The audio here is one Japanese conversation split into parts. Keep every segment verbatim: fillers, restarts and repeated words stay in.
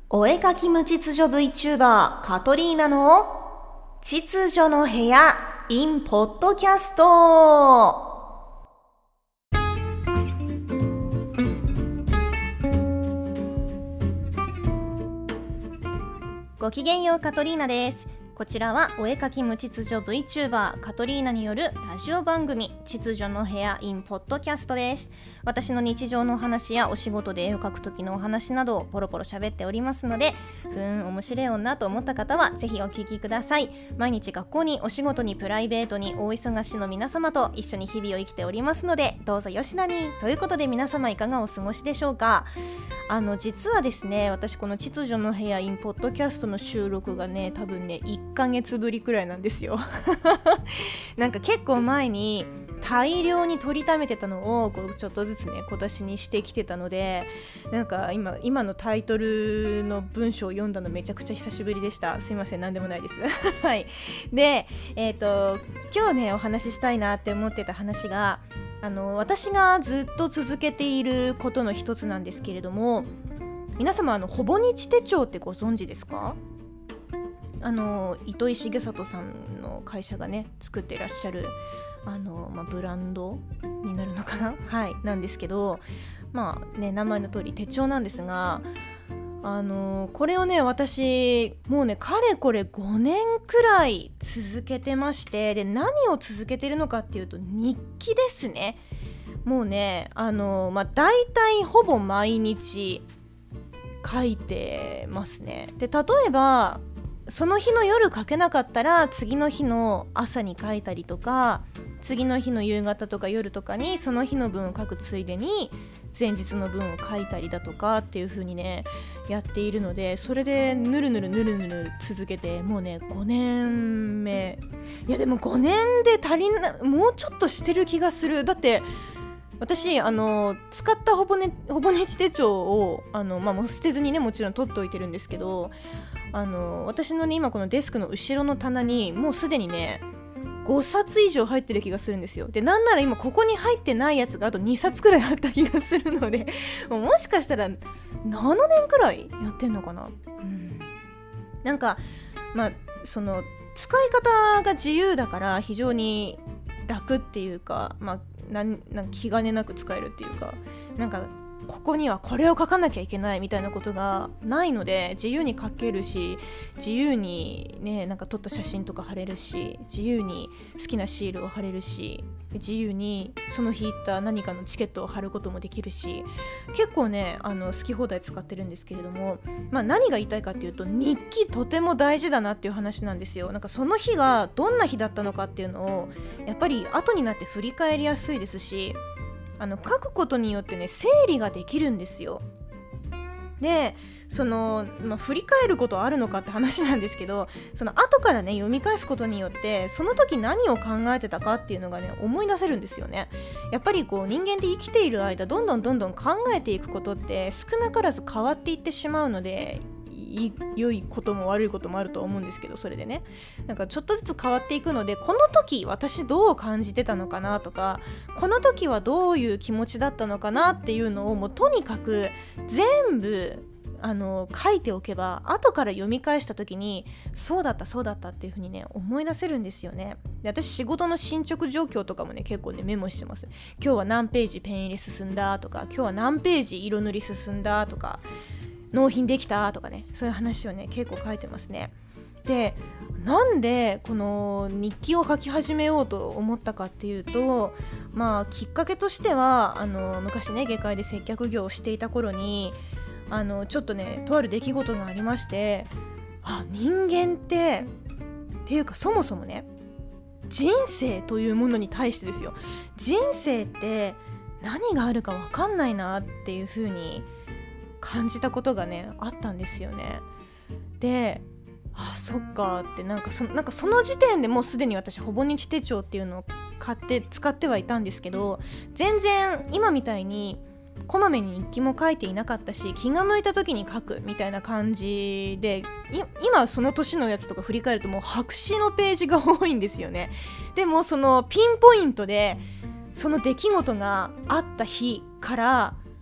お絵かき無秩序 VTuber カトリーナの秩序の部屋 in ポッドキャスト。ごきげんよう、カトリーナです。こちらはお絵かき無秩序 VTuber カトリーナによるラジオ番組秩序の部屋 in ポッドキャストです。私の日常のお話やお仕事で絵を描く時のお話などをポロポロ喋っておりますので、ふーん面白い女と思った方はぜひお聞きください。毎日学校にお仕事にプライベートに大忙しの皆様と一緒に日々を生きておりますので、どうぞよしなに。ということで皆様いかがお過ごしでしょうか。あの実はですね、私この秩序の部屋 in ポッドキャストの収録がね、多分ねいっかげつぶりくらいなんですよなんか結構前に大量に取りためてたのをこうちょっとずつね小出しにしてきてたので、なんか 今, 今のタイトルの文章を読んだのめちゃくちゃ久しぶりでした。すいません、なんでもないですはいで、えーと今日ねお話ししたいなって思ってた話が、あの私がずっと続けていることの一つなんですけれども、皆様あのほぼ日手帳ってご存知ですか？あの糸井重里さんの会社がね作っていらっしゃるあの、まあ、ブランドになるのかな、はいなんですけど、まあね名前の通り手帳なんですが、あのこれをね私もうねかれこれごねんくらい続けてまして、で何を続けてるのかっていうと日記ですね。もうねあのまあだいたいほぼ毎日書いてますね。で例えばその日の夜書けなかったら次の日の朝に書いたりとか、次の日の夕方とか夜とかにその日の分を書くついでに前日の分を書いたりだとかっていう風にねやっているので、それでぬるぬるぬるぬる続けてもうねごねんめ。いやでもごねんで足りなもうちょっとしてる気がする。だって私あの使ったほぼねほぼ日手帳をあの、まあ、もう捨てずにねもちろん取っておいてるんですけど、あの私のね今このデスクの後ろの棚にもうすでにねごさつ以上入ってる気がするんですよ。でなんなら今ここに入ってないやつがあとにさつくらいあった気がするのでも, もしかしたらななねんくらいやってんのかな、うん、なんかまあその使い方が自由だから非常に楽っていうか、まあなんなん気兼ねなく使えるっていうか、なんかここにはこれを書かなきゃいけないみたいなことがないので自由に書けるし、自由にねなんか撮った写真とか貼れるし、自由に好きなシールを貼れるし、自由にその日行った何かのチケットを貼ることもできるし、結構ねあの好き放題使ってるんですけれども、まあ何が言いたいかっていうと、日記とても大事だなっていう話なんですよ。なんかその日がどんな日だったのかっていうのをやっぱり後になって振り返りやすいですし、あの書くことによってね整理ができるんですよ。でその、まあ、振り返ることあるのかって話なんですけど、その後からね読み返すことによってその時何を考えてたかっていうのがね思い出せるんですよね。やっぱりこう人間って生きている間どんどんどんどん考えていくことって少なからず変わっていってしまうので、良いことも悪いこともあると思うんですけど、それでねなんかちょっとずつ変わっていくので、この時私どう感じてたのかなとか、この時はどういう気持ちだったのかなっていうのをもうとにかく全部あの書いておけば、後から読み返した時にそうだったそうだったっていう風にね思い出せるんですよね。で私仕事の進捗状況とかもね結構ねメモしてます。今日は何ページペン入れ進んだとか、今日は何ページ色塗り進んだとか、納品できたとかね、そういう話をね結構書いてますね。でなんでこの日記を書き始めようと思ったかっていうと、まあきっかけとしてはあの昔ね外科医で接客業をしていた頃にあのちょっとねとある出来事がありまして、あ人間ってっていうかそもそもね人生というものに対してですよ、人生って何があるか分かんないなっていう風に感じたことがねあったんですよね。であそっかってなんか そ, なんかその時点でもうすでに私ほぼ日手帳っていうのを買って使ってはいたんですけど、全然今みたいにこまめに日記も書いていなかったし、気が向いた時に書くみたいな感じで、今その年のやつとか振り返るともう白紙のページが多いんですよね。でもそのピンポイントでその出来事があった日から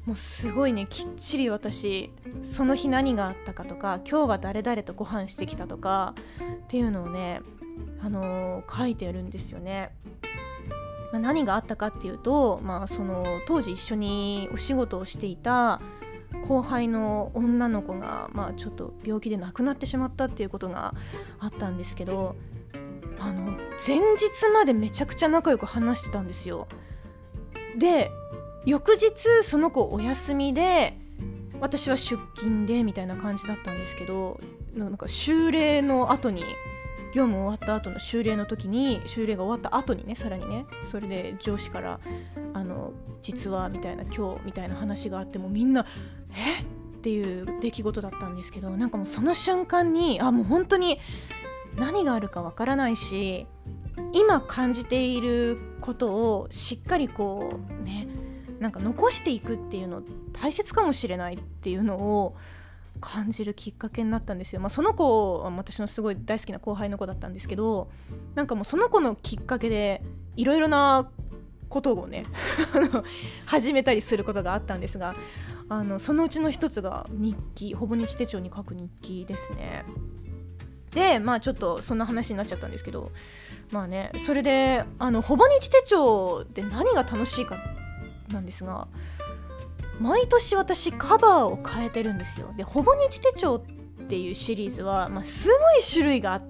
もうすごいねきっちり私その日何があったかとか今日は誰々とご飯してきたとかっていうのをね、あのー、書いてるんですよね。まあ、何があったかっていうと、まあ、その当時一緒にお仕事をしていた後輩の女の子が、まあ、ちょっと病気で亡くなってしまったっていうことがあったんですけど、あの前日までめちゃくちゃ仲良く話してたんですよ。で翌日その子お休みで私は出勤でみたいな感じだったんですけど、なんか終礼の後に業務終わった後の終礼の時に終礼が終わった後にねさらにねそれで上司からあの実はみたいな今日みたいな話があってもみんなえっていう出来事だったんですけど、なんかもうその瞬間にあもう本当に何があるかわからないし今感じていることをしっかりこうねなんか残していくっていうの大切かもしれないっていうのを感じるきっかけになったんですよ。まあ、その子は私のすごい大好きな後輩の子だったんですけど、なんかもうその子のきっかけでいろいろなことをね始めたりすることがあったんですが、あのそのうちの一つが日記、ほぼ日手帳に書く日記ですね。でまあちょっとそんな話になっちゃったんですけど、まあねそれであのほぼ日手帳で何が楽しいかなんですが、毎年私カバーを変えてるんですよ。でほぼ日手帳っていうシリーズは、まあ、すごい種類があって、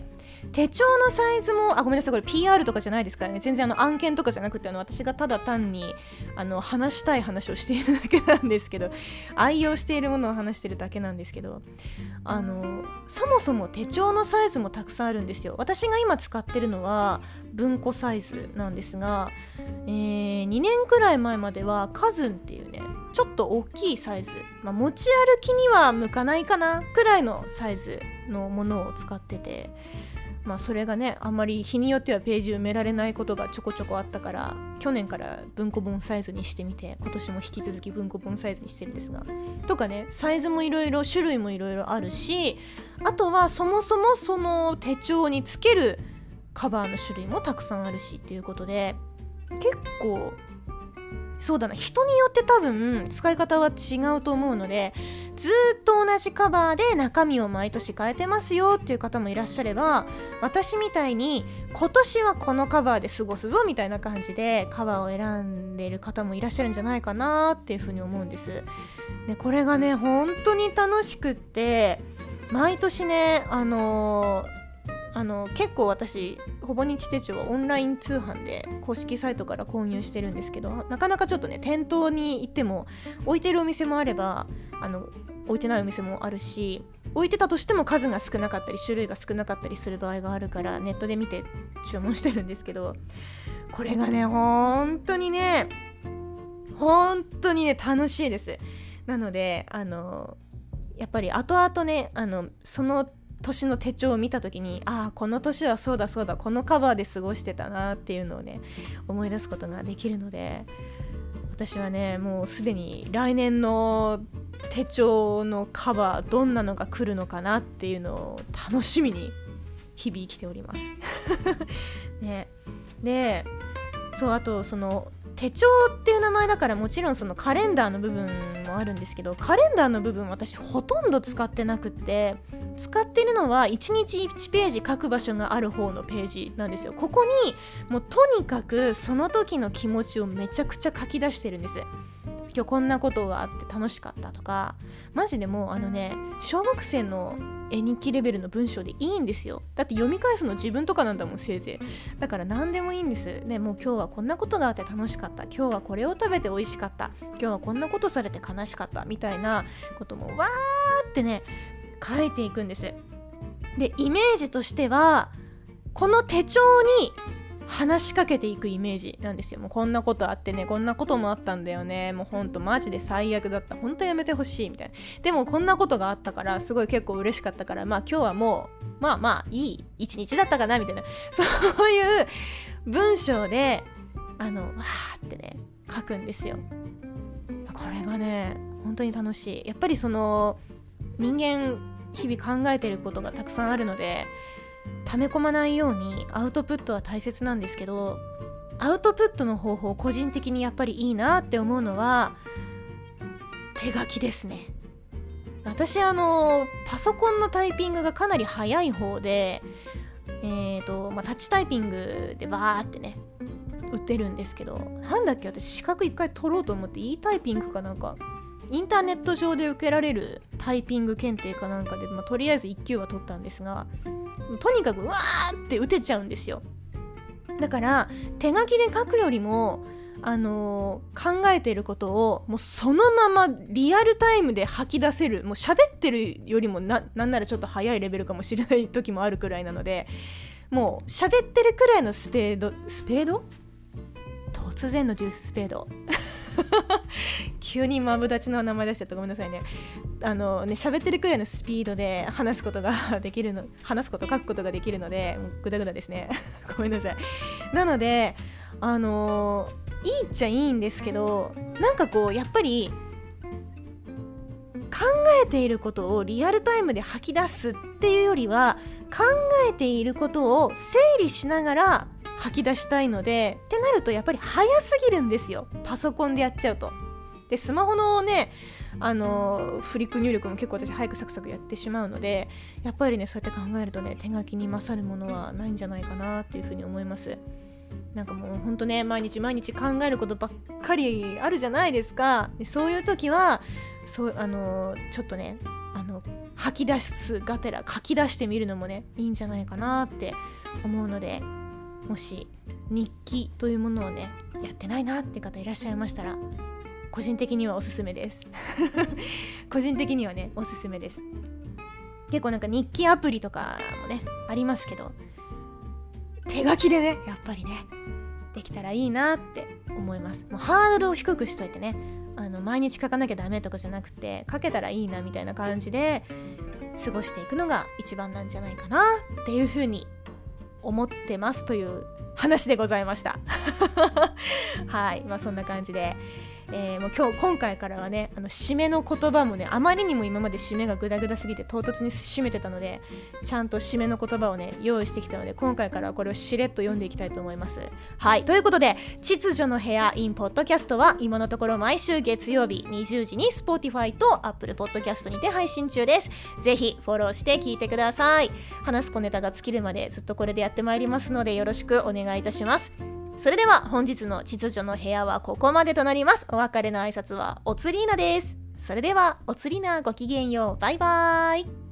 手帳のサイズもあごめんなさいこれ ピーアール とかじゃないですからね、全然あの案件とかじゃなくてあの私がただ単にあの話したい話をしているだけなんですけど、愛用しているものを話しているだけなんですけど、あのそもそも手帳のサイズもたくさんあるんですよ。私が今使ってるのは文庫サイズなんですが、えー、にねんくらい前まではカズンっていうねちょっと大きいサイズ、まあ、持ち歩きには向かないかなくらいのサイズのものを使ってて、まあ、それがねあんまり日によってはページ埋められないことがちょこちょこあったから去年から文庫本サイズにしてみて、今年も引き続き文庫本サイズにしてるんですが、とかねサイズもいろいろ種類もいろいろあるし、あとはそもそもその手帳につけるカバーの種類もたくさんあるしっていうことで、結構そうだな人によって多分使い方は違うと思うので、ずっと同じカバーで中身を毎年変えてますよっていう方もいらっしゃれば、私みたいに今年はこのカバーで過ごすぞみたいな感じでカバーを選んでいる方もいらっしゃるんじゃないかなっていうふうに思うんです。でこれがね本当に楽しくって、毎年ねあのーあの結構私ほぼ日手帳はオンライン通販で公式サイトから購入してるんですけど、なかなかちょっとね店頭に行っても置いてるお店もあればあの置いてないお店もあるし、置いてたとしても数が少なかったり種類が少なかったりする場合があるからネットで見て注文してるんですけど、これがね本当にね本当にね楽しいです。なのであのやっぱり後々ねあのその年の手帳を見た時にああこの年はそうだそうだこのカバーで過ごしてたなっていうのをね思い出すことができるので、私はねもうすでに来年の手帳のカバーどんなのが来るのかなっていうのを楽しみに日々生きておりますね。でそうあとその手帳っていう名前だからもちろんそのカレンダーの部分もあるんですけど、カレンダーの部分私ほとんど使ってなくって、使ってるのはいちにちいちページ書く場所がある方のページなんですよ。ここにもうとにかくその時の気持ちをめちゃくちゃ書き出してるんです。今日こんなことがあって楽しかったとか、マジでもうあのね小学生の絵日記レベルの文章でいいんですよ。だって読み返すの自分とかなんだもんせいぜい。だから何でもいいんです。ね、もう今日はこんなことがあって楽しかった、今日はこれを食べて美味しかった、今日はこんなことされて悲しかったみたいなこともわーってね書いていくんです。でイメージとしてはこの手帳に話しかけていくイメージなんですよ。もうこんなことあってね、こんなこともあったんだよね、もうほんとマジで最悪だった、ほんとやめてほしいみたいな。でもこんなことがあったからすごい結構嬉しかったから、まあ今日はもうまあまあいい一日だったかなみたいな、そういう文章であのわーってね書くんですよ。これがね本当に楽しい。やっぱりその人間日々考えてることがたくさんあるので、溜め込まないようにアウトプットは大切なんですけど、アウトプットの方法個人的にやっぱりいいなって思うのは、 手書きですね。私あのパソコンのタイピングがかなり早い方で、えーとまあ、タッチタイピングでバーってね打てるんですけど、なんだっけ、私資格一回取ろうと思って e タイピングかなんかインターネット上で受けられるタイピング検定かなんかで、まあ、とりあえずいっ級は取ったんですが、とにかくうわーって打てちゃうんですよ。だから手書きで書くよりもあのー、考えていることをもうそのままリアルタイムで吐き出せる、もう喋ってるよりも な, なんならちょっと早いレベルかもしれない時もあるくらいなので、もう喋ってるくらいのスペードスペード突然のデューススペード急にマブダチの名前出しちゃったごめんなさいね。あのね喋ってるくらいのスピードで話すことができるの話すこと書くことができるので、もうグダグダですねごめんなさい。なのであのいいっちゃいいんですけど、なんかこうやっぱり考えていることをリアルタイムで吐き出すっていうよりは、考えていることを整理しながら吐き出したいのでってなるとやっぱり早すぎるんですよ、パソコンでやっちゃうと。でスマホのねあのフリック入力も結構私早くサクサクやってしまうので、やっぱりねそうやって考えるとね手書きに勝るものはないんじゃないかなっていうふうに思います。なんかもうほんとね毎日毎日考えることばっかりあるじゃないですか。でそういう時はそうあのちょっとねあの吐き出すがてら書き出してみるのもねいいんじゃないかなって思うので、もし日記というものをねやってないなって方いらっしゃいましたら、個人的にはおすすめです個人的にはねおすすめです。結構なんか日記アプリとかもねありますけど、手書きでねやっぱりねできたらいいなって思います。もうハードルを低くしといてね、あの毎日書かなきゃダメとかじゃなくて、書けたらいいなみたいな感じで過ごしていくのが一番なんじゃないかなっていうふうに思ってますという話でございましたはい、まあそんな感じで、えー、もう今日今回からはねあの締めの言葉もね、あまりにも今まで締めがグダグダすぎて唐突に締めてたので、ちゃんと締めの言葉をね用意してきたので、今回からはこれをしれっと読んでいきたいと思います。はい、ということで秩序の部屋 in ポッドキャストは今のところ毎週月曜日にじゅうじに Spotify と Apple Podcast にて配信中です。ぜひフォローして聞いてください。話す小ネタが尽きるまでずっとこれでやってまいりますのでよろしくお願いいたします。それでは本日の秩序の部屋はここまでとなります。お別れの挨拶はおつりーなです。それではおつりーな、ごきげんよう、バイバーイ。